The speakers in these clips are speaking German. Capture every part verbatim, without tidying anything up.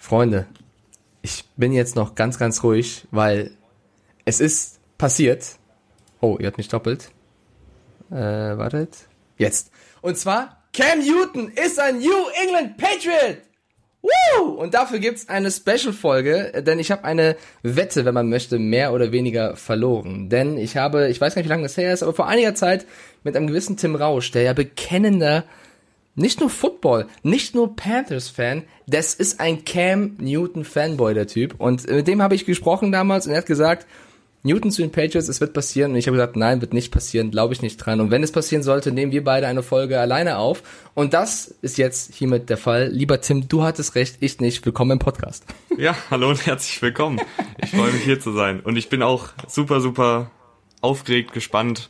Freunde, ich bin jetzt noch ganz, ganz ruhig, weil es ist passiert. Oh, ihr hört mich doppelt. Äh, wartet. Jetzt. Und zwar, Cam Newton ist ein New England Patriot. Woo! Und dafür gibt's eine Special-Folge, denn ich habe eine Wette, wenn man möchte, mehr oder weniger verloren. Denn ich habe, ich weiß gar nicht, wie lange das her ist, aber vor einiger Zeit mit einem gewissen Tim Rausch, der ja bekennender, nicht nur Football, nicht nur Panthers-Fan, das ist ein Cam Newton-Fanboy, der Typ. Und mit dem habe ich gesprochen damals und er hat gesagt, Newton zu den Patriots, es wird passieren. Und ich habe gesagt, nein, wird nicht passieren, glaube ich nicht dran. Und wenn es passieren sollte, nehmen wir beide eine Folge alleine auf. Und das ist jetzt hiermit der Fall. Lieber Tim, du hattest recht, ich nicht. Willkommen im Podcast. Ja, hallo und herzlich willkommen. Ich freue mich, hier zu sein. Und ich bin auch super, super aufgeregt, gespannt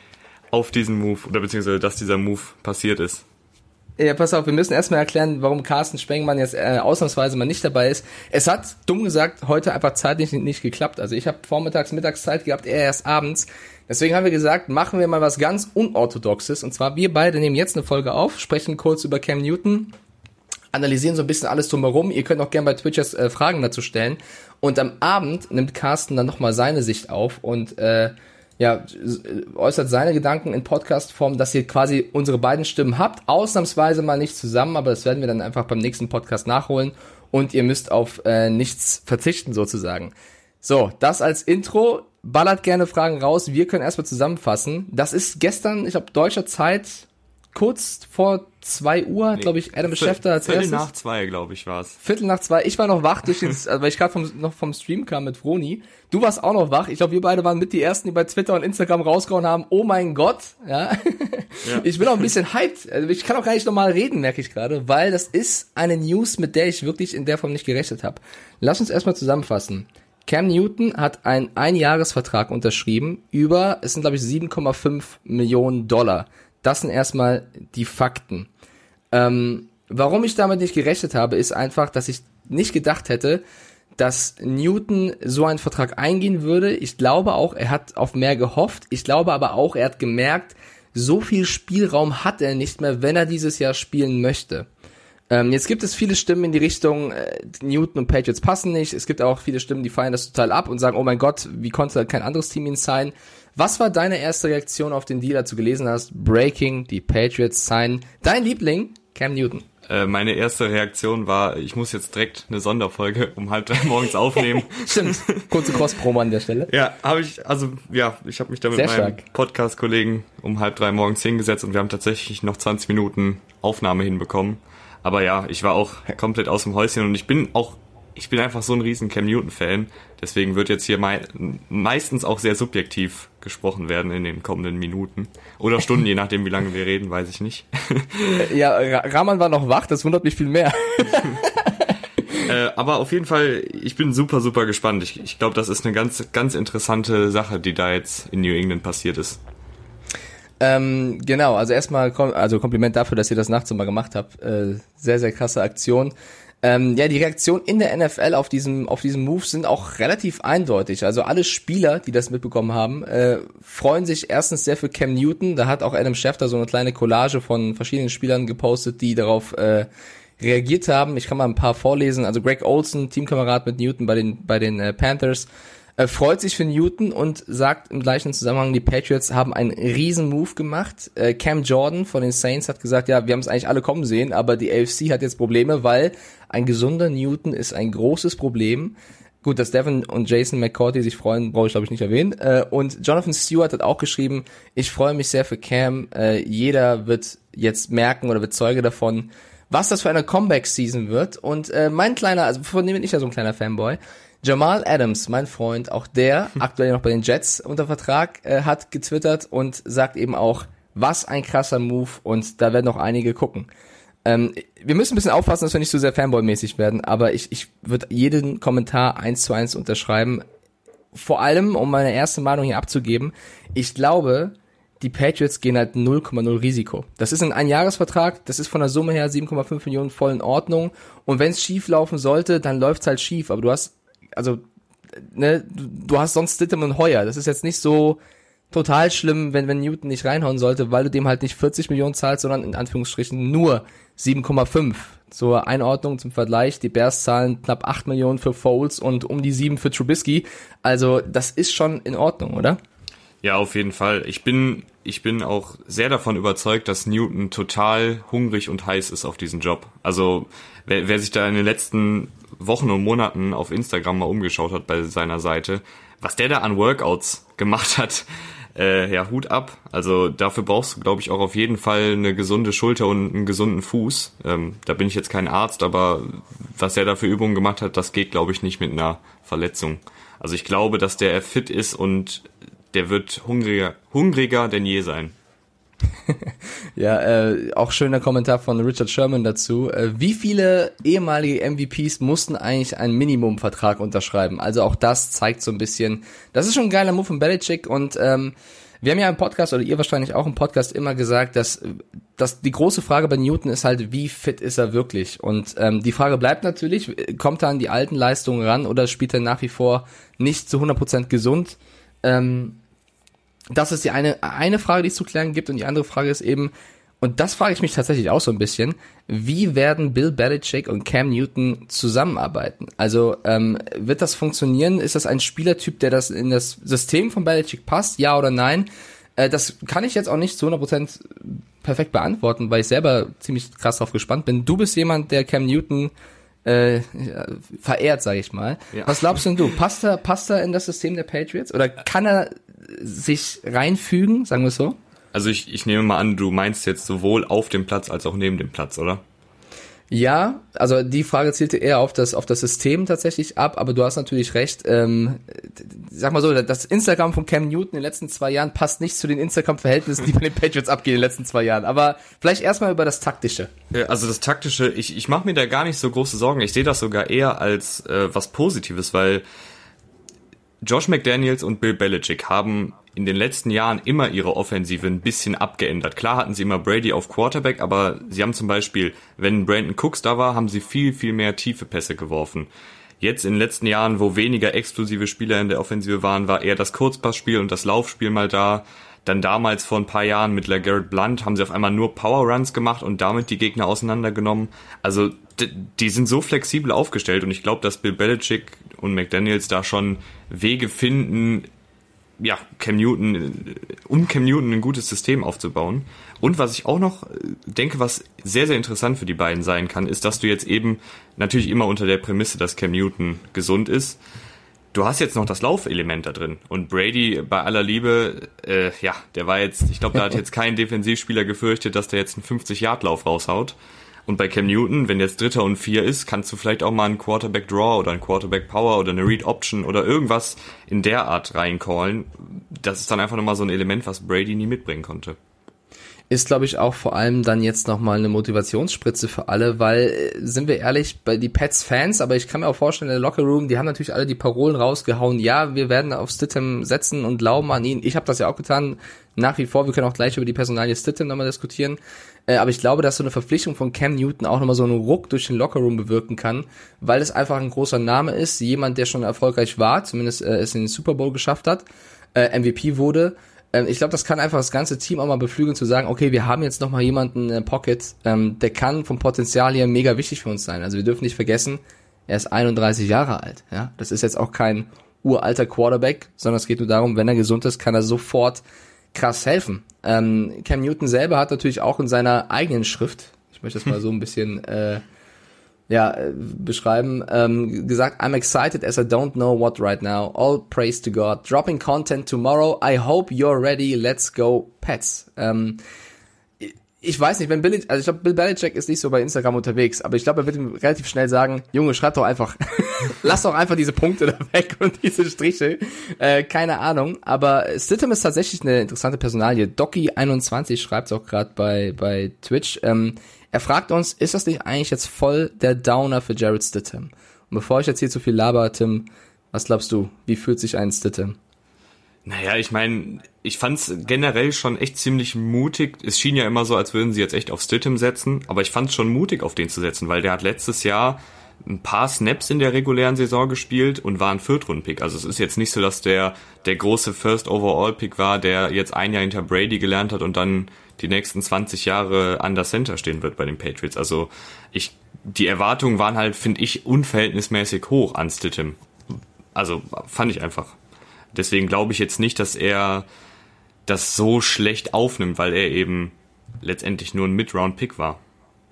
auf diesen Move, oder beziehungsweise, dass dieser Move passiert ist. Ja, pass auf, wir müssen erstmal erklären, warum Carsten Spengmann jetzt äh, ausnahmsweise mal nicht dabei ist. Es hat, dumm gesagt, heute einfach zeitlich nicht, nicht geklappt. Also ich habe vormittags, mittags Zeit gehabt, er erst abends. Deswegen haben wir gesagt, machen wir mal was ganz Unorthodoxes. Und zwar, wir beide nehmen jetzt eine Folge auf, sprechen kurz über Cam Newton, analysieren so ein bisschen alles drumherum. Ihr könnt auch gerne bei Twitch jetzt äh, Fragen dazu stellen. Und am Abend nimmt Carsten dann nochmal seine Sicht auf und äh, ja, äußert seine Gedanken in Podcast-Form, dass ihr quasi unsere beiden Stimmen habt. Ausnahmsweise mal nicht zusammen, aber das werden wir dann einfach beim nächsten Podcast nachholen. Und ihr müsst auf äh, nichts verzichten sozusagen. So, das als Intro. Ballert gerne Fragen raus. Wir können erstmal zusammenfassen. Das ist gestern, ich glaube, deutscher Zeit, kurz vor zwei Uhr, nee, glaube ich, Adam Schefter als Viertel erstes. Viertel nach zwei, glaube ich, war's. Viertel nach zwei. Ich war noch wach, durch den, also weil ich gerade vom, noch vom Stream kam mit Froni. Du warst auch noch wach. Ich glaube, wir beide waren mit die Ersten, die bei Twitter und Instagram rausgehauen haben. Oh mein Gott. Ja. Ja. Ich bin auch ein bisschen hyped. Also ich kann auch gar nicht normal reden, merke ich gerade, weil das ist eine News, mit der ich wirklich in der Form nicht gerechnet habe. Lass uns erstmal zusammenfassen. Cam Newton hat einen Einjahresvertrag unterschrieben über, es sind glaube ich sieben Komma fünf Millionen Dollar. Das sind erstmal die Fakten. Ähm, warum ich damit nicht gerechnet habe, ist einfach, dass ich nicht gedacht hätte, dass Newton so einen Vertrag eingehen würde. Ich glaube auch, er hat auf mehr gehofft. Ich glaube aber auch, er hat gemerkt, so viel Spielraum hat er nicht mehr, wenn er dieses Jahr spielen möchte. Ähm, jetzt gibt es viele Stimmen in die Richtung, äh, Newton und Patriots passen nicht. Es gibt auch viele Stimmen, die feiern das total ab und sagen, oh mein Gott, wie konnte kein anderes Team ihn signen? Was war deine erste Reaktion auf den Deal, als du gelesen hast, Breaking, die Patriots signen dein Liebling, Cam Newton? Äh, meine erste Reaktion war, ich muss jetzt direkt eine Sonderfolge um halb drei morgens aufnehmen. Stimmt, kurze Cross-Promo an der Stelle. Ja, habe ich, also ja, ich habe mich da mit Sehr meinem stark. Podcast-Kollegen um halb drei morgens hingesetzt und wir haben tatsächlich noch zwanzig Minuten Aufnahme hinbekommen. Aber ja, ich war auch komplett aus dem Häuschen und ich bin auch, ich bin einfach so ein riesen Cam Newton-Fan. Deswegen wird jetzt hier mei- meistens auch sehr subjektiv gesprochen werden in den kommenden Minuten. Oder Stunden, je nachdem, wie lange wir reden, weiß ich nicht. Ja, Rahman war noch wach, das wundert mich viel mehr. äh, aber auf jeden Fall, ich bin super, super gespannt. Ich, ich glaube, das ist eine ganz, ganz interessante Sache, die da jetzt in New England passiert ist. Ähm, genau, also erstmal, also Kompliment dafür, dass ihr das nachts mal gemacht habt. Äh, sehr, sehr krasse Aktion. Ähm, ja, die Reaktionen in der N F L auf diesem auf diesem Move sind auch relativ eindeutig. Also alle Spieler, die das mitbekommen haben, äh, freuen sich erstens sehr für Cam Newton. Da hat auch Adam Schefter so eine kleine Collage von verschiedenen Spielern gepostet, die darauf äh, reagiert haben. Ich kann mal ein paar vorlesen. Also Greg Olsen, Teamkamerad mit Newton bei den bei den äh, Panthers, äh, freut sich für Newton und sagt im gleichen Zusammenhang, die Patriots haben einen riesen Move gemacht. Äh, Cam Jordan von den Saints hat gesagt, ja, wir haben es eigentlich alle kommen sehen, aber die A F C hat jetzt Probleme, weil ein gesunder Newton ist ein großes Problem. Gut, dass Devin und Jason McCourty sich freuen, brauche ich glaube ich nicht erwähnen. Äh, und Jonathan Stewart hat auch geschrieben, ich freue mich sehr für Cam. Äh, jeder wird jetzt merken oder wird Zeuge davon, was das für eine Comeback-Season wird. Und äh, mein kleiner, also von dem bin ich ja so ein kleiner Fanboy, Jamal Adams, mein Freund, auch der, aktuell noch bei den Jets unter Vertrag, äh, hat getwittert und sagt eben auch, was ein krasser Move und da werden noch einige gucken. Ähm, wir müssen ein bisschen aufpassen, dass wir nicht zu sehr Fanboy-mäßig werden, aber ich, ich würde jeden Kommentar eins zu eins unterschreiben. Vor allem, um meine erste Meinung hier abzugeben, ich glaube, die Patriots gehen halt null Komma null Risiko. Das ist ein Einjahresvertrag, das ist von der Summe her sieben Komma fünf Millionen voll in Ordnung und wenn es schief laufen sollte, dann läuft's halt schief, aber du hast, also, ne, du, du hast sonst Stidham und Hoyer, das ist jetzt nicht so, total schlimm, wenn, wenn Newton nicht reinhauen sollte, weil du dem halt nicht vierzig Millionen zahlst, sondern in Anführungsstrichen nur sieben Komma fünf. Zur Einordnung, zum Vergleich, die Bears zahlen knapp acht Millionen für Foles und um die sieben für Trubisky. Also das ist schon in Ordnung, oder? Ja, auf jeden Fall. Ich bin, ich bin auch sehr davon überzeugt, dass Newton total hungrig und heiß ist auf diesen Job. Also wer, wer sich da in den letzten Wochen und Monaten auf Instagram mal umgeschaut hat bei seiner Seite, was der da an Workouts gemacht hat, Äh, ja, Hut ab. Also dafür brauchst du, glaube ich, auch auf jeden Fall eine gesunde Schulter und einen gesunden Fuß. Ähm, da bin ich jetzt kein Arzt, aber was er da für Übungen gemacht hat, das geht, glaube ich, nicht mit einer Verletzung. Also ich glaube, dass der fit ist und der wird hungriger, hungriger denn je sein. Ja, äh, auch schöner Kommentar von Richard Sherman dazu. Äh, wie viele ehemalige M V Ps mussten eigentlich einen Minimumvertrag unterschreiben? Also auch das zeigt so ein bisschen, das ist schon ein geiler Move von Belichick und ähm, wir haben ja im Podcast, oder ihr wahrscheinlich auch im Podcast immer gesagt, dass, dass die große Frage bei Newton ist halt, wie fit ist er wirklich? Und ähm, die Frage bleibt natürlich, kommt er an die alten Leistungen ran oder spielt er nach wie vor nicht zu hundert Prozent gesund? Ähm, Das ist die eine, eine Frage, die es zu klären gibt, und die andere Frage ist eben, und das frage ich mich tatsächlich auch so ein bisschen, wie werden Bill Belichick und Cam Newton zusammenarbeiten? Also ähm, wird das funktionieren? Ist das ein Spielertyp, der das in das System von Belichick passt? Ja oder nein? Äh, das kann ich jetzt auch nicht zu hundert Prozent perfekt beantworten, weil ich selber ziemlich krass drauf gespannt bin. Du bist jemand, der Cam Newton äh, verehrt, sage ich mal. Ja. Was glaubst denn du? Passt er, passt er in das System der Patriots? Oder kann er sich reinfügen, sagen wir es so? Also ich, ich nehme mal an, du meinst jetzt sowohl auf dem Platz als auch neben dem Platz, oder? Ja, also die Frage zielte eher auf das auf das System tatsächlich ab, aber du hast natürlich recht. Ähm, sag mal so, das Instagram von Cam Newton in den letzten zwei Jahren passt nicht zu den Instagram-Verhältnissen, die bei den Patriots abgehen in den letzten zwei Jahren. Aber vielleicht erstmal über das Taktische. Also das Taktische, ich, ich mache mir da gar nicht so große Sorgen. Ich sehe das sogar eher als äh, was Positives, weil Josh McDaniels und Bill Belichick haben in den letzten Jahren immer ihre Offensive ein bisschen abgeändert. Klar hatten sie immer Brady auf Quarterback, aber sie haben zum Beispiel, wenn Brandon Cooks da war, haben sie viel, viel mehr tiefe Pässe geworfen. Jetzt in den letzten Jahren, wo weniger explosive Spieler in der Offensive waren, war eher das Kurzpassspiel und das Laufspiel mal da. Dann damals vor ein paar Jahren mit LeGarrette Blount haben sie auf einmal nur Power-Runs gemacht und damit die Gegner auseinandergenommen. Also d- die sind so flexibel aufgestellt und ich glaube, dass Bill Belichick und McDaniels da schon Wege finden, ja, Cam Newton, um Cam Newton ein gutes System aufzubauen. Und was ich auch noch denke, was sehr, sehr interessant für die beiden sein kann, ist, dass du jetzt eben, natürlich immer unter der Prämisse, dass Cam Newton gesund ist, du hast jetzt noch das Laufelement da drin. Und Brady, bei aller Liebe, äh, ja, der war jetzt, ich glaube, da hat jetzt kein Defensivspieler gefürchtet, dass der jetzt einen fünfzig-Yard-Lauf raushaut. Und bei Cam Newton, wenn jetzt Dritter und Vier ist, kannst du vielleicht auch mal einen Quarterback Draw oder einen Quarterback Power oder eine Read Option oder irgendwas in der Art reincallen. Das ist dann einfach nochmal so ein Element, was Brady nie mitbringen konnte. Ist, glaube ich, auch vor allem dann jetzt nochmal eine Motivationsspritze für alle, weil, sind wir ehrlich, bei die Pats-Fans, aber ich kann mir auch vorstellen, in der Lockerroom, die haben natürlich alle die Parolen rausgehauen, ja, wir werden auf Stidham setzen und glauben an ihn. Ich habe das ja auch getan, nach wie vor, wir können auch gleich über die Personalie Stidham nochmal diskutieren, äh, aber ich glaube, dass so eine Verpflichtung von Cam Newton auch nochmal so einen Ruck durch den Lockerroom bewirken kann, weil es einfach ein großer Name ist, jemand, der schon erfolgreich war, zumindest äh, es in den Super Bowl geschafft hat, äh, M V P wurde. Ich glaube, das kann einfach das ganze Team auch mal beflügeln, zu sagen, okay, wir haben jetzt noch mal jemanden in der Pocket, ähm, der kann vom Potenzial her mega wichtig für uns sein. Also wir dürfen nicht vergessen, er ist einunddreißig Jahre alt. Ja, das ist jetzt auch kein uralter Quarterback, sondern es geht nur darum, wenn er gesund ist, kann er sofort krass helfen. Ähm, Cam Newton selber hat natürlich auch in seiner eigenen Schrift, ich möchte das mal so ein bisschen äh, ja, beschreiben, ähm, gesagt, I'm excited as I don't know what right now. All praise to God. Dropping content tomorrow. I hope you're ready. Let's go, Pets. Ähm, ich weiß nicht, wenn Bill, also ich glaube, Bill Belichick ist nicht so bei Instagram unterwegs, aber ich glaube, er wird ihm relativ schnell sagen, Junge, schreib doch einfach, lass doch einfach diese Punkte da weg und diese Striche. Äh, keine Ahnung, aber Stidham ist tatsächlich eine interessante Personalie. Doki einundzwanzig schreibt es auch gerade bei, bei Twitch. Ähm, Er fragt uns, ist das nicht eigentlich jetzt voll der Downer für Jarrett Stidham? Und bevor ich jetzt hier zu viel laber, Tim, was glaubst du? Wie fühlt sich ein Stidham? Naja, ich meine, ich fand's generell schon echt ziemlich mutig. Es schien ja immer so, als würden sie jetzt echt auf Stidham setzen, aber ich fand's schon mutig, auf den zu setzen, weil der hat letztes Jahr ein paar Snaps in der regulären Saison gespielt und war ein Viertrunden-Pick. Also es ist jetzt nicht so, dass der der große First-Overall-Pick war, der jetzt ein Jahr hinter Brady gelernt hat und dann die nächsten zwanzig Jahre an der Center stehen wird bei den Patriots. Also ich, die Erwartungen waren halt, finde ich, unverhältnismäßig hoch an Stidham. Also fand ich einfach. Deswegen glaube ich jetzt nicht, dass er das so schlecht aufnimmt, weil er eben letztendlich nur ein Mid-Round-Pick war.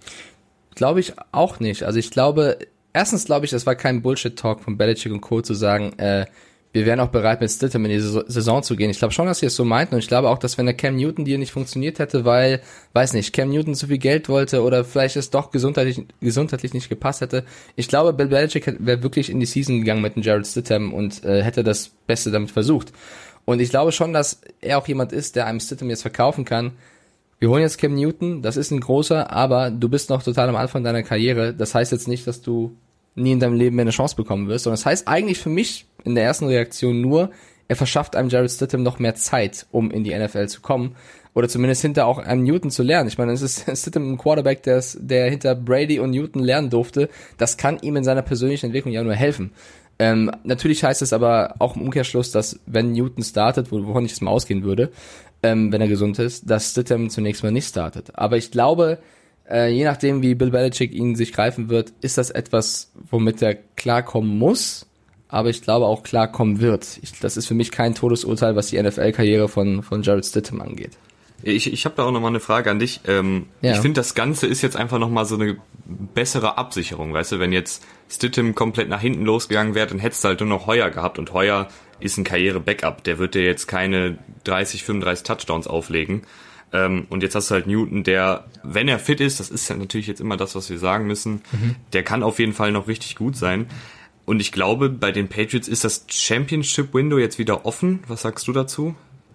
Glaube ich auch nicht. Also ich glaube, erstens glaube ich, das war kein Bullshit-Talk von Belichick und Co. zu sagen, äh, wir wären auch bereit, mit Stidham in die Saison zu gehen. Ich glaube schon, dass sie es so meinten und ich glaube auch, dass wenn der Cam Newton Deal nicht funktioniert hätte, weil, weiß nicht, Cam Newton zu viel Geld wollte oder vielleicht es doch gesundheitlich, gesundheitlich nicht gepasst hätte. Ich glaube, Bill Belichick wäre wirklich in die Season gegangen mit dem Jared Stidham und äh, hätte das Beste damit versucht. Und ich glaube schon, dass er auch jemand ist, der einem Stidham jetzt verkaufen kann. Wir holen jetzt Cam Newton, das ist ein großer, aber du bist noch total am Anfang deiner Karriere. Das heißt jetzt nicht, dass du nie in deinem Leben mehr eine Chance bekommen wirst, sondern das heißt eigentlich für mich in der ersten Reaktion nur, er verschafft einem Jared Stidham noch mehr Zeit, um in die N F L zu kommen oder zumindest hinter auch einem Newton zu lernen. Ich meine, es ist Stidham ein Quarterback, der, ist, der hinter Brady und Newton lernen durfte. Das kann ihm in seiner persönlichen Entwicklung ja nur helfen. Ähm, natürlich heißt es aber auch im Umkehrschluss, dass wenn Newton startet, wovon ich jetzt mal ausgehen würde, ähm, wenn er gesund ist, dass Stidham zunächst mal nicht startet. Aber ich glaube, äh, je nachdem, wie Bill Belichick ihn sich greifen wird, ist das etwas, womit er klarkommen muss, aber ich glaube auch klarkommen wird. Ich, das ist für mich kein Todesurteil, was die N F L-Karriere von von Jared Stidham angeht. Ich, ich habe da auch nochmal eine Frage an dich. Ähm, ja. Ich finde, das Ganze ist jetzt einfach nochmal so eine bessere Absicherung, weißt du, wenn jetzt Stidham komplett nach hinten losgegangen wäre, dann hättest du halt nur noch Hoyer gehabt und Hoyer ist ein Karriere-Backup, der wird dir jetzt keine dreißig, fünfunddreißig Touchdowns auflegen. Ähm, und jetzt hast du halt Newton, der, wenn er fit ist, das ist ja natürlich jetzt immer das, was wir sagen müssen, mhm. der kann auf jeden Fall noch richtig gut sein. Und ich glaube, bei den Patriots ist das Championship-Window jetzt wieder offen. Was sagst du dazu?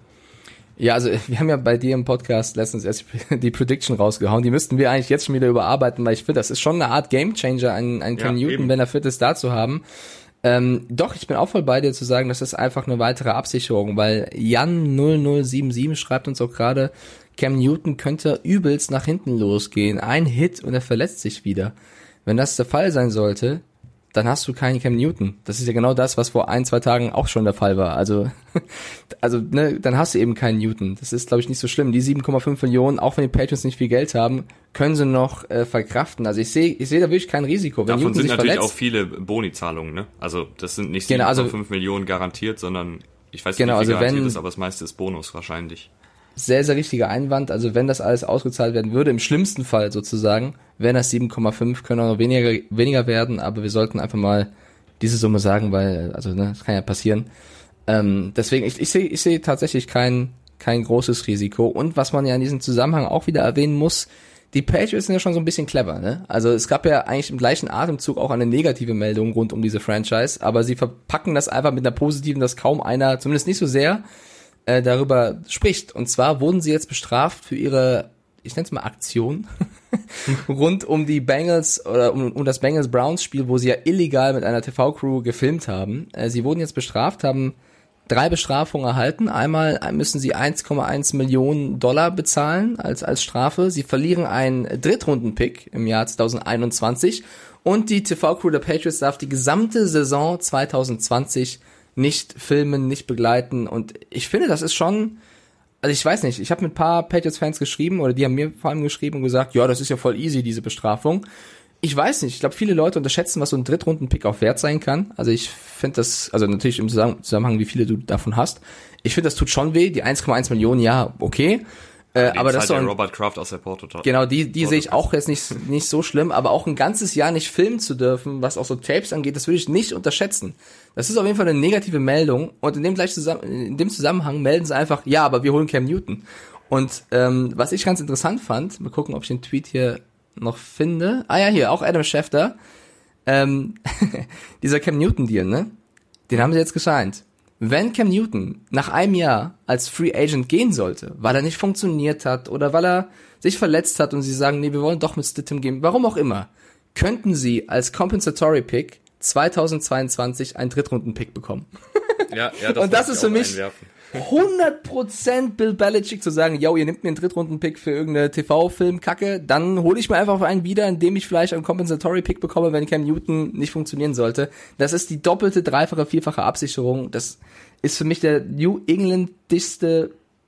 Ja, also wir haben ja bei dir im Podcast letztens erst die Prediction rausgehauen. Die müssten wir eigentlich jetzt schon wieder überarbeiten, weil ich finde, das ist schon eine Art Gamechanger, einen, einen Cam ja, Newton, eben. Wenn er fit ist, da zu haben. Ähm, doch, ich bin auch voll bei dir zu sagen, das ist einfach eine weitere Absicherung, weil Jan null null sieben sieben schreibt uns auch gerade, Cam Newton könnte übelst nach hinten losgehen. Ein Hit und er verletzt sich wieder. Wenn das der Fall sein sollte, dann hast du keinen Cam Newton. Das ist ja genau das, was vor ein, zwei Tagen auch schon der Fall war. Also, also ne, dann hast du eben keinen Newton. Das ist, glaube ich, nicht so schlimm. Die sieben Komma fünf Millionen, auch wenn die Patriots nicht viel Geld haben, können sie noch äh, verkraften. Also ich sehe ich sehe da wirklich kein Risiko. Wenn Davon Newton sind sich natürlich verletzt, auch viele Boni-Zahlungen, ne? Also das sind nicht genau, sieben Komma fünf also, Millionen garantiert, sondern ich weiß nicht, genau, wie viel also garantiert wenn, ist, aber das meiste ist Bonus wahrscheinlich. Sehr, sehr richtiger Einwand. Also wenn das alles ausgezahlt werden würde, im schlimmsten Fall sozusagen, wären das sieben Komma fünf, können auch noch weniger, weniger werden, aber wir sollten einfach mal diese Summe sagen, weil, also, ne, das kann ja passieren. Ähm, deswegen, ich, ich sehe ich sehe tatsächlich kein, kein großes Risiko. Und was man ja in diesem Zusammenhang auch wieder erwähnen muss, die Patriots sind ja schon so ein bisschen clever, ne? Also es gab ja eigentlich im gleichen Atemzug auch eine negative Meldung rund um diese Franchise, aber sie verpacken das einfach mit einer positiven, dass kaum einer, zumindest nicht so sehr, äh, darüber spricht. Und zwar wurden sie jetzt bestraft für ihre, ich nenne es mal Aktion, rund um die Bengals oder um, um das Bengals-Browns-Spiel, wo sie ja illegal mit einer T V-Crew gefilmt haben. Äh, sie wurden jetzt bestraft, haben drei Bestrafungen erhalten. Einmal müssen sie eins Komma eins Millionen Dollar bezahlen als als Strafe. Sie verlieren einen Drittrunden-Pick im Jahr zwanzig einundzwanzig und die T V-Crew der Patriots darf die gesamte Saison zwanzig zwanzig nicht filmen, nicht begleiten. Und ich finde, das ist schon... Also ich weiß nicht, ich habe mit ein paar Patriots-Fans geschrieben, oder die haben mir vor allem geschrieben und gesagt, ja, das ist ja voll easy, diese Bestrafung. Ich weiß nicht, ich glaube, viele Leute unterschätzen, was so ein Drittrunden-Pick auch wert sein kann. Also ich finde das, also natürlich im Zusammenhang, wie viele du davon hast. Ich finde, das tut schon weh, die eins Komma eins Millionen, ja, okay. Äh, aber das ist so ein, Robert Kraft aus der Porto. Genau, die die sehe ich auch jetzt nicht nicht so schlimm, aber auch ein ganzes Jahr nicht filmen zu dürfen, was auch so Tapes angeht, das würde ich nicht unterschätzen. Das ist auf jeden Fall eine negative Meldung und in dem gleich zusammen in dem Zusammenhang melden sie einfach, ja, aber wir holen Cam Newton. Und ähm, was ich ganz interessant fand, mal gucken, ob ich den Tweet hier noch finde. Ah ja, hier auch Adam Schefter. Ähm, dieser Cam Newton Deal, ne? Den haben sie jetzt gesigned. Wenn Cam Newton nach einem Jahr als Free Agent gehen sollte, weil er nicht funktioniert hat oder weil er sich verletzt hat und sie sagen, nee, wir wollen doch mit Stidham gehen, warum auch immer, könnten sie als Compensatory Pick zwanzig zweiundzwanzig einen Drittrunden-Pick bekommen. Ja, ja, das und das ist für mich, einwerfen. hundert Prozent Bill Belichick zu sagen, yo, ihr nehmt mir einen Drittrunden-Pick für irgendeine T V-Film-Kacke, dann hole ich mir einfach einen wieder, indem ich vielleicht einen Compensatory-Pick bekomme, wenn Cam Newton nicht funktionieren sollte. Das ist die doppelte, dreifache, vierfache Absicherung. Das ist für mich der New Englandischste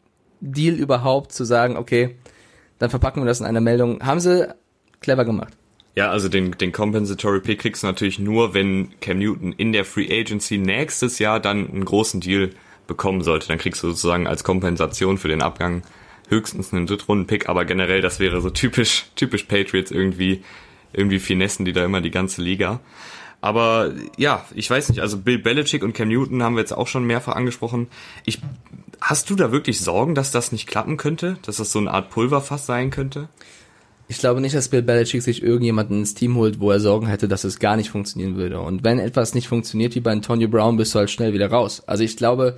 Deal überhaupt, zu sagen, okay, dann verpacken wir das in einer Meldung. Haben sie clever gemacht. Ja, also den, den Compensatory Pick kriegst du natürlich nur, wenn Cam Newton in der Free Agency nächstes Jahr dann einen großen Deal bekommen sollte. Dann kriegst du sozusagen als Kompensation für den Abgang höchstens einen Drittrunden-Pick, aber generell, das wäre so typisch, typisch Patriots irgendwie, irgendwie finessen die da immer die ganze Liga. Aber ja, ich weiß nicht, also Bill Belichick und Cam Newton haben wir jetzt auch schon mehrfach angesprochen. Ich, hast du da wirklich Sorgen, dass das nicht klappen könnte? Dass das so eine Art Pulverfass sein könnte? Ich glaube nicht, dass Bill Belichick sich irgendjemanden ins Team holt, wo er Sorgen hätte, dass es gar nicht funktionieren würde. Und wenn etwas nicht funktioniert, wie bei Antonio Brown, bist du halt schnell wieder raus. Also ich glaube,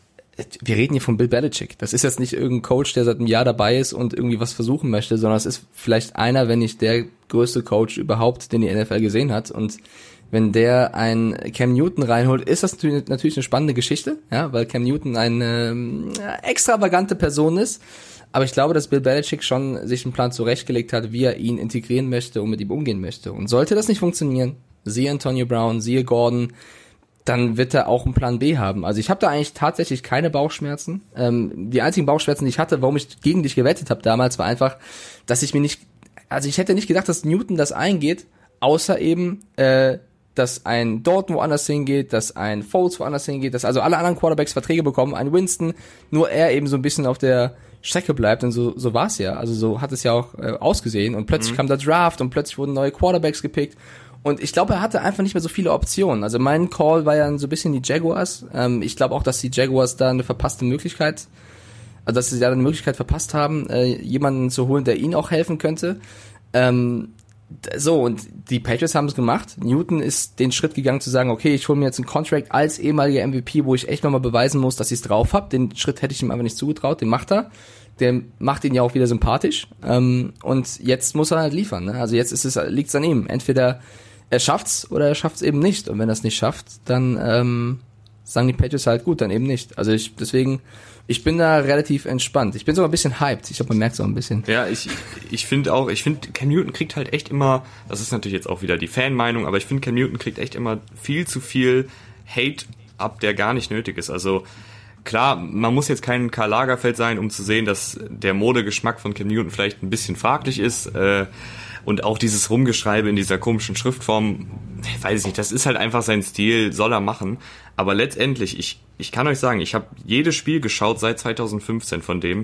wir reden hier von Bill Belichick. Das ist jetzt nicht irgendein Coach, der seit einem Jahr dabei ist und irgendwie was versuchen möchte, sondern es ist vielleicht einer, wenn nicht der größte Coach überhaupt, den die N F L gesehen hat. Und wenn der einen Cam Newton reinholt, ist das natürlich eine spannende Geschichte, ja, weil Cam Newton eine äh, extravagante Person ist. Aber ich glaube, dass Bill Belichick schon sich einen Plan zurechtgelegt hat, wie er ihn integrieren möchte und mit ihm umgehen möchte. Und sollte das nicht funktionieren, siehe Antonio Brown, siehe Gordon, dann wird er auch einen Plan B haben. Also ich habe da eigentlich tatsächlich keine Bauchschmerzen. Ähm, die einzigen Bauchschmerzen, die ich hatte, warum ich gegen dich gewettet habe damals, war einfach, dass ich mir nicht, also ich hätte nicht gedacht, dass Newton das eingeht, außer eben, äh, dass ein Dalton woanders hingeht, dass ein Foles woanders hingeht, dass also alle anderen Quarterbacks Verträge bekommen, ein Winston, nur er eben so ein bisschen auf der Strecke bleibt, und so so war es ja, also so hat es ja auch äh, ausgesehen, und plötzlich mhm. kam der Draft und plötzlich wurden neue Quarterbacks gepickt, und ich glaube, er hatte einfach nicht mehr so viele Optionen. Also mein Call war ja so ein bisschen die Jaguars. Ähm, ich glaube auch, dass die Jaguars da eine verpasste Möglichkeit, also dass sie da eine Möglichkeit verpasst haben, äh, jemanden zu holen, der ihnen auch helfen könnte. Ähm, so, und die Patriots haben es gemacht. Newton ist den Schritt gegangen zu sagen, okay, ich hole mir jetzt einen Contract als ehemaliger M V P, wo ich echt nochmal beweisen muss, dass ich es drauf habe. Den Schritt hätte ich ihm einfach nicht zugetraut, den macht er. Der macht ihn ja auch wieder sympathisch. Ähm, und jetzt muss er halt liefern. Ne? Also jetzt ist es, liegt's an ihm. Entweder er schafft's oder er schafft's eben nicht. Und wenn er es nicht schafft, dann ähm, sagen die Patriots halt, gut, dann eben nicht. Also ich deswegen, ich bin da relativ entspannt. Ich bin sogar ein bisschen hyped. Ich glaube, man merkt es auch ein bisschen. Ja, ich ich finde auch, ich finde, Cam Newton kriegt halt echt immer, das ist natürlich jetzt auch wieder die Fanmeinung, aber ich finde, Cam Newton kriegt echt immer viel zu viel Hate ab, der gar nicht nötig ist. Also klar, man muss jetzt kein Karl Lagerfeld sein, um zu sehen, dass der Modegeschmack von Cam Newton vielleicht ein bisschen fraglich ist. Äh, und auch dieses Rumgeschreibe in dieser komischen Schriftform, weiß ich nicht, das ist halt einfach sein Stil, soll er machen. Aber letztendlich, ich ich kann euch sagen, ich habe jedes Spiel geschaut seit zweitausendfünfzehn von dem.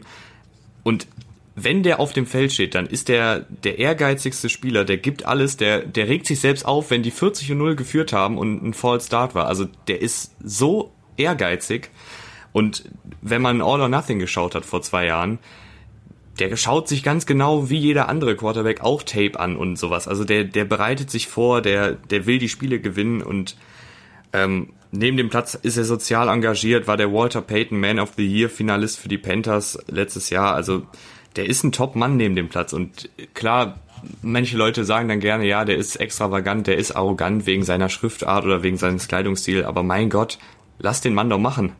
Und wenn der auf dem Feld steht, dann ist der der ehrgeizigste Spieler, der gibt alles, der der regt sich selbst auf, wenn die vierzig zu null geführt haben und ein False Start war. Also der ist so ehrgeizig. Und wenn man All or Nothing geschaut hat vor zwei Jahren, der schaut sich ganz genau wie jeder andere Quarterback auch Tape an und sowas. Also der der bereitet sich vor, der der will die Spiele gewinnen, und ähm, neben dem Platz ist er sozial engagiert, war der Walter Payton Man of the Year Finalist für die Panthers letztes Jahr. Also der ist ein Top-Mann neben dem Platz, und klar, manche Leute sagen dann gerne, ja, der ist extravagant, der ist arrogant wegen seiner Schriftart oder wegen seines Kleidungsstils, aber mein Gott, lass den Mann doch machen.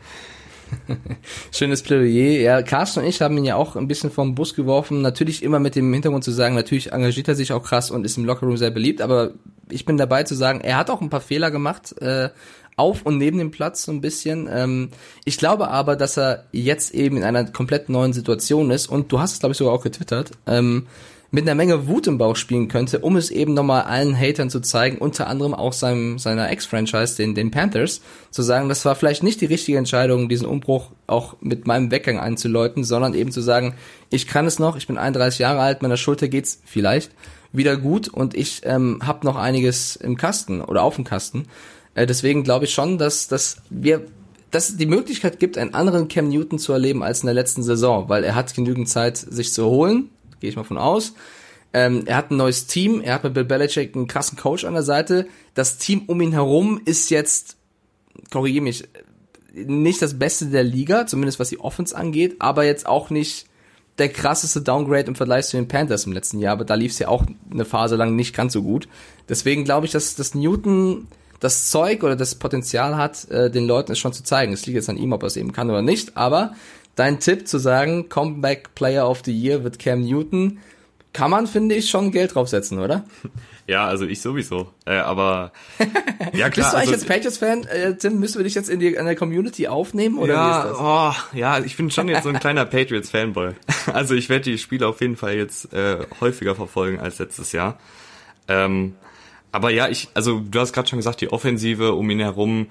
Schönes Plädoyer. Ja, Carsten und ich haben ihn ja auch ein bisschen vom Bus geworfen. Natürlich immer mit dem Hintergrund zu sagen, natürlich engagiert er sich auch krass und ist im Lockerroom sehr beliebt, aber ich bin dabei zu sagen, er hat auch ein paar Fehler gemacht, äh, auf und neben dem Platz so ein bisschen. Ähm, ich glaube aber, dass er jetzt eben in einer komplett neuen Situation ist, und du hast es, glaube ich, sogar auch getwittert, ähm, mit einer Menge Wut im Bauch spielen könnte, um es eben nochmal allen Hatern zu zeigen, unter anderem auch seinem seiner Ex-Franchise, den den Panthers, zu sagen, das war vielleicht nicht die richtige Entscheidung, diesen Umbruch auch mit meinem Weggang einzuläuten, sondern eben zu sagen, ich kann es noch, ich bin einunddreißig Jahre alt, meiner Schulter geht's vielleicht wieder gut, und ich ähm, habe noch einiges im Kasten oder auf dem Kasten. Äh, deswegen glaube ich schon, dass dass wir dass es die Möglichkeit gibt, einen anderen Cam Newton zu erleben als in der letzten Saison, weil er hat genügend Zeit, sich zu erholen. Gehe ich mal von aus. Ähm, er hat ein neues Team, er hat mit Bill Belichick einen krassen Coach an der Seite. Das Team um ihn herum ist jetzt, korrigiere mich, nicht das Beste der Liga, zumindest was die Offense angeht, aber jetzt auch nicht der krasseste Downgrade im Vergleich zu den Panthers im letzten Jahr, aber da lief es ja auch eine Phase lang nicht ganz so gut. Deswegen glaube ich, dass, dass Newton das Zeug oder das Potenzial hat, äh, den Leuten es schon zu zeigen. Es liegt jetzt an ihm, ob er es eben kann oder nicht, aber dein Tipp zu sagen, Comeback Player of the Year wird Cam Newton, kann man, finde ich, schon Geld draufsetzen, oder? Ja, also ich sowieso. Äh, aber ja klar. Bist du eigentlich also, jetzt Patriots-Fan, äh, Tim? Müssen wir dich jetzt in, die, in der Community aufnehmen? Oder ja, wie ist das? Oh, ja, ich bin schon jetzt so ein kleiner Patriots-Fanboy. Also ich werde die Spiele auf jeden Fall jetzt äh, häufiger verfolgen als letztes Jahr. Ähm, aber ja, ich, also du hast gerade schon gesagt, die Offensive um ihn herum,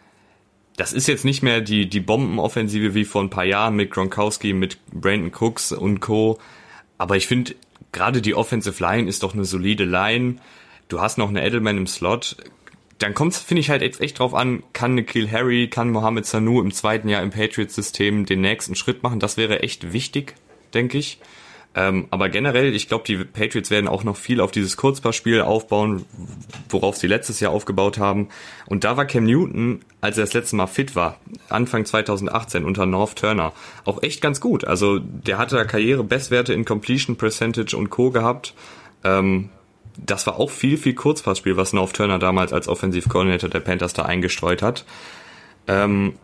das ist jetzt nicht mehr die die Bombenoffensive wie vor ein paar Jahren mit Gronkowski, mit Brandon Cooks und Co. Aber ich finde, gerade die Offensive Line ist doch eine solide Line. Du hast noch eine Edelman im Slot. Dann kommt es, finde ich, halt echt drauf an, kann N'Keal Harry, kann Mohamed Sanu im zweiten Jahr im Patriots-System den nächsten Schritt machen. Das wäre echt wichtig, denke ich. Ähm, aber generell, ich glaube, die Patriots werden auch noch viel auf dieses Kurzpassspiel aufbauen, worauf sie letztes Jahr aufgebaut haben. Und da war Cam Newton, als er das letzte Mal fit war, Anfang zwanzig achtzehn unter North Turner, auch echt ganz gut. Also der hatte da Karriere-Bestwerte in Completion Percentage und Co. gehabt. Ähm, das war auch viel, viel Kurzpassspiel, was North Turner damals als Offensive-Coordinator der Panthers da eingestreut hat. Ähm,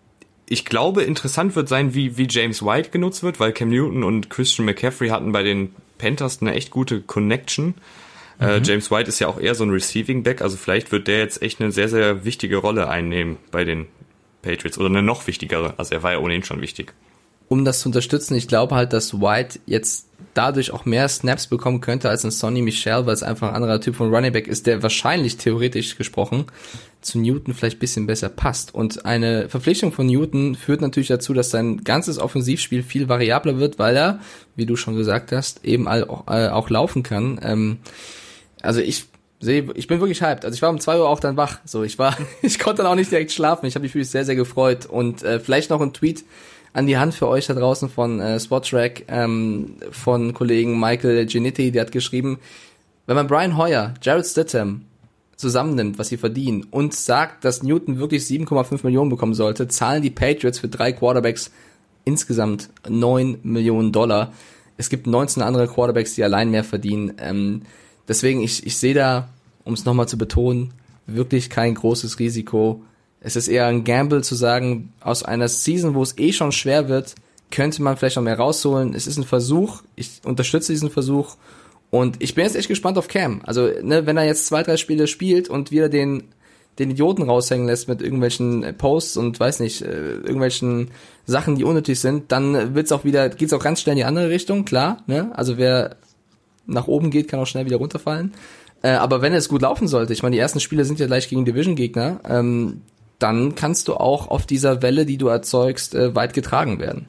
Ich glaube, interessant wird sein, wie, wie James White genutzt wird, weil Cam Newton und Christian McCaffrey hatten bei den Panthers eine echt gute Connection. Mhm. Äh, James White ist ja auch eher so ein Receiving Back, also vielleicht wird der jetzt echt eine sehr, sehr wichtige Rolle einnehmen bei den Patriots oder eine noch wichtigere, also er war ja ohnehin schon wichtig. Um das zu unterstützen, ich glaube halt, dass White jetzt dadurch auch mehr Snaps bekommen könnte als ein Sonny Michel, weil es einfach ein anderer Typ von Running Back ist, der wahrscheinlich theoretisch gesprochen zu Newton vielleicht ein bisschen besser passt. Und eine Verpflichtung von Newton führt natürlich dazu, dass sein ganzes Offensivspiel viel variabler wird, weil er, wie du schon gesagt hast, eben auch, äh, auch laufen kann. Ähm, also ich sehe, ich bin wirklich hyped. Also ich war um zwei Uhr auch dann wach. So, ich war, ich konnte dann auch nicht direkt schlafen. Ich habe mich wirklich sehr, sehr gefreut. Und äh, vielleicht noch ein Tweet an die Hand für euch da draußen von äh, Spotrac, ähm, von Kollegen Michael Giannitti, der hat geschrieben, wenn man Brian Hoyer, Jarrett Stidham zusammennimmt, was sie verdienen, und sagt, dass Newton wirklich sieben Komma fünf Millionen bekommen sollte, zahlen die Patriots für drei Quarterbacks insgesamt neun Millionen Dollar. Es gibt neunzehn andere Quarterbacks, die allein mehr verdienen. Ähm, deswegen, ich, ich sehe da, um es nochmal zu betonen, wirklich kein großes Risiko. Es ist eher ein Gamble zu sagen, aus einer Season, wo es eh schon schwer wird, könnte man vielleicht noch mehr rausholen. Es ist ein Versuch, ich unterstütze diesen Versuch und ich bin jetzt echt gespannt auf Cam. Also, ne, wenn er jetzt zwei, drei Spiele spielt und wieder den den Idioten raushängen lässt mit irgendwelchen Posts und weiß nicht, äh, irgendwelchen Sachen, die unnötig sind, dann wird's auch wieder, geht's auch ganz schnell in die andere Richtung, klar, ne? Also wer nach oben geht, kann auch schnell wieder runterfallen. Äh, aber wenn es gut laufen sollte, ich meine, die ersten Spiele sind ja gleich gegen Division-Gegner, ähm, dann kannst du auch auf dieser Welle, die du erzeugst, äh, weit getragen werden.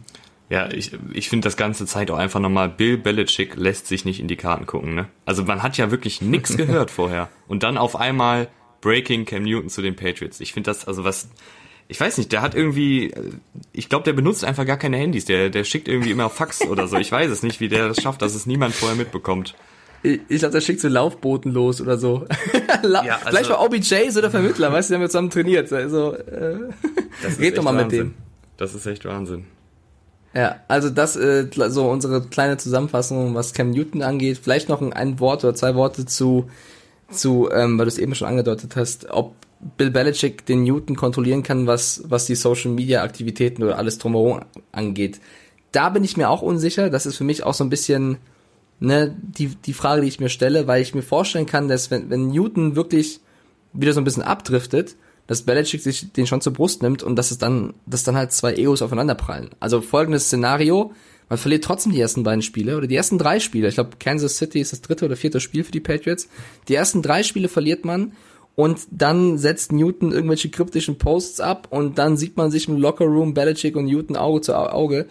Ja, ich, ich finde das ganze Zeit auch einfach nochmal, Bill Belichick lässt sich nicht in die Karten gucken, ne? Also man hat ja wirklich nichts gehört vorher. Und dann auf einmal Breaking Cam Newton zu den Patriots. Ich finde das, also was, ich weiß nicht, der hat irgendwie, ich glaube, der benutzt einfach gar keine Handys. Der, der schickt irgendwie immer Fax oder so. Ich weiß es nicht, wie der das schafft, dass es niemand vorher mitbekommt. Ich glaube, der schickt so Laufbooten los oder so. La- ja, also, vielleicht war O B J so der Vermittler, weißt du, die haben wir zusammen trainiert. Also, äh, red doch mal Wahnsinn. mit dem. Das ist echt Wahnsinn. Ja, also das, äh, so unsere kleine Zusammenfassung, was Cam Newton angeht. Vielleicht noch ein, ein Wort oder zwei Worte zu, zu ähm, weil du es eben schon angedeutet hast, ob Bill Belichick den Newton kontrollieren kann, was, was die Social-Media-Aktivitäten oder alles drumherum angeht. Da bin ich mir auch unsicher. Das ist für mich auch so ein bisschen ne, die, die Frage, die ich mir stelle, weil ich mir vorstellen kann, dass wenn, wenn Newton wirklich wieder so ein bisschen abdriftet, dass Belichick sich den schon zur Brust nimmt und dass es dann, dass dann halt zwei Egos aufeinanderprallen. Also folgendes Szenario, man verliert trotzdem die ersten beiden Spiele oder die ersten drei Spiele. Ich glaube, Kansas City ist das dritte oder vierte Spiel für die Patriots. Die ersten drei Spiele verliert man und dann setzt Newton irgendwelche kryptischen Posts ab und dann sieht man sich im Lockerroom Belichick und Newton Auge zu Auge.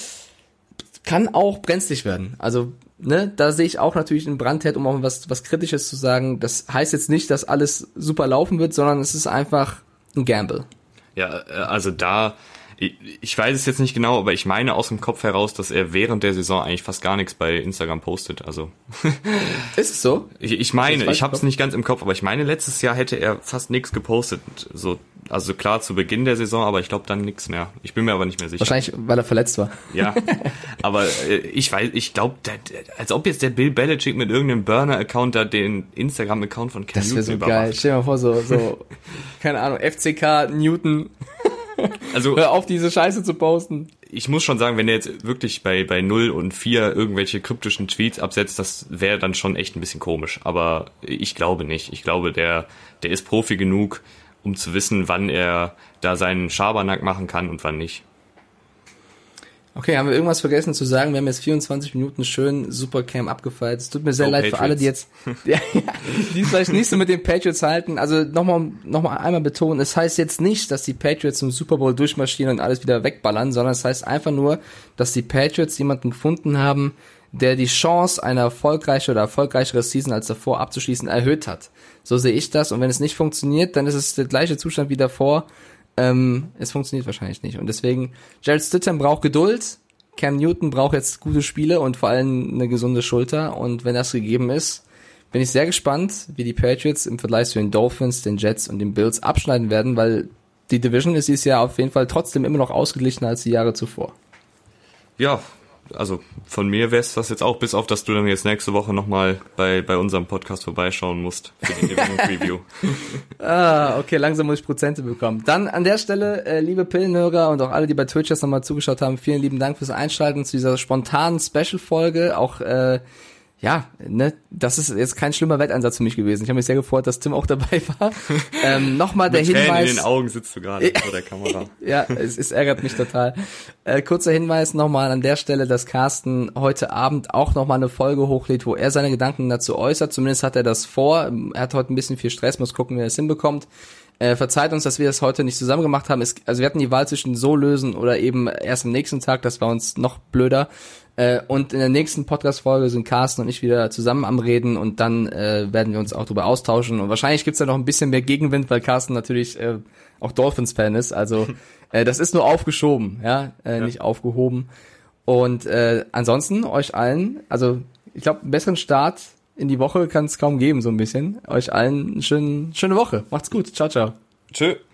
Kann auch brenzlig werden. Also ne, da sehe ich auch natürlich einen Brandherd, um auch was was Kritisches zu sagen. Das heißt jetzt nicht, dass alles super laufen wird, sondern es ist einfach ein Gamble. Ja, also da, ich, ich weiß es jetzt nicht genau, aber ich meine aus dem Kopf heraus, dass er während der Saison eigentlich fast gar nichts bei Instagram postet. Also ist es so? Ich, ich meine, ich habe es nicht ganz im Kopf, aber ich meine, letztes Jahr hätte er fast nichts gepostet. So Also klar zu Beginn der Saison, aber ich glaube dann nichts mehr. Ich bin mir aber nicht mehr sicher. Wahrscheinlich, weil er verletzt war. Ja, aber äh, ich weiß, ich glaube, als ob jetzt der Bill Belichick mit irgendeinem Burner-Account da den Instagram-Account von Cam Newton überwacht. Das wäre so geil. Stell dir mal vor, so, so keine Ahnung, F C K Newton. Also hör auf, diese Scheiße zu posten. Ich muss schon sagen, wenn er jetzt wirklich bei bei null und vier irgendwelche kryptischen Tweets absetzt, das wäre dann schon echt ein bisschen komisch. Aber ich glaube nicht. Ich glaube, der der ist Profi genug, um zu wissen, wann er da seinen Schabernack machen kann und wann nicht. Okay, haben wir irgendwas vergessen zu sagen? Wir haben jetzt vierundzwanzig Minuten schön Supercam abgefeiert. Es tut mir sehr Go leid Patriots. für alle, die jetzt ja, die es vielleicht nicht so mit den Patriots halten. Also nochmal noch mal einmal betonen, es heißt jetzt nicht, dass die Patriots zum Super Bowl durchmarschieren und alles wieder wegballern, sondern es heißt einfach nur, dass die Patriots jemanden gefunden haben, der die Chance, eine erfolgreiche oder erfolgreichere Season als davor abzuschließen, erhöht hat. So sehe ich das. Und wenn es nicht funktioniert, dann ist es der gleiche Zustand wie davor. Ähm, es funktioniert wahrscheinlich nicht. Und deswegen, Jarrett Stidham braucht Geduld, Cam Newton braucht jetzt gute Spiele und vor allem eine gesunde Schulter. Und wenn das gegeben ist, bin ich sehr gespannt, wie die Patriots im Vergleich zu den Dolphins, den Jets und den Bills abschneiden werden, weil die Division ist dieses Jahr auf jeden Fall trotzdem immer noch ausgeglichener als die Jahre zuvor. Ja, also von mir wär's das jetzt auch, bis auf, dass du dann jetzt nächste Woche nochmal bei bei unserem Podcast vorbeischauen musst für die Division Preview. Ah, okay, langsam muss ich Prozente bekommen. Dann an der Stelle, äh, liebe Pillenhörer und auch alle, die bei Twitch jetzt nochmal zugeschaut haben, vielen lieben Dank fürs Einschalten zu dieser spontanen Special-Folge. Auch, äh, ja, ne, das ist jetzt kein schlimmer Wetteinsatz für mich gewesen. Ich habe mich sehr gefreut, dass Tim auch dabei war. Ähm, nochmal der Mit Tränen Hinweis. in den Augen sitzt du gerade vor der Kamera. Ja, es, es ärgert mich total. Äh, kurzer Hinweis nochmal an der Stelle, dass Carsten heute Abend auch nochmal eine Folge hochlädt, wo er seine Gedanken dazu äußert. Zumindest hat er das vor. Er hat heute ein bisschen viel Stress, muss gucken, wie er es hinbekommt. Äh, verzeiht uns, dass wir das heute nicht zusammen gemacht haben. Es, also wir hatten die Wahl zwischen so lösen oder eben erst am nächsten Tag. Das war uns noch blöder. Äh, und in der nächsten Podcast-Folge sind Carsten und ich wieder zusammen am Reden und dann äh, werden wir uns auch darüber austauschen. Und wahrscheinlich gibt's da noch ein bisschen mehr Gegenwind, weil Carsten natürlich äh, auch Dolphins-Fan ist. Also äh, das ist nur aufgeschoben, ja, äh, ja. nicht aufgehoben. Und äh, ansonsten euch allen, also ich glaube, einen besseren Start in die Woche kann es kaum geben, so ein bisschen. Euch allen eine schöne, schöne Woche. Macht's gut. Ciao, ciao. Tschö.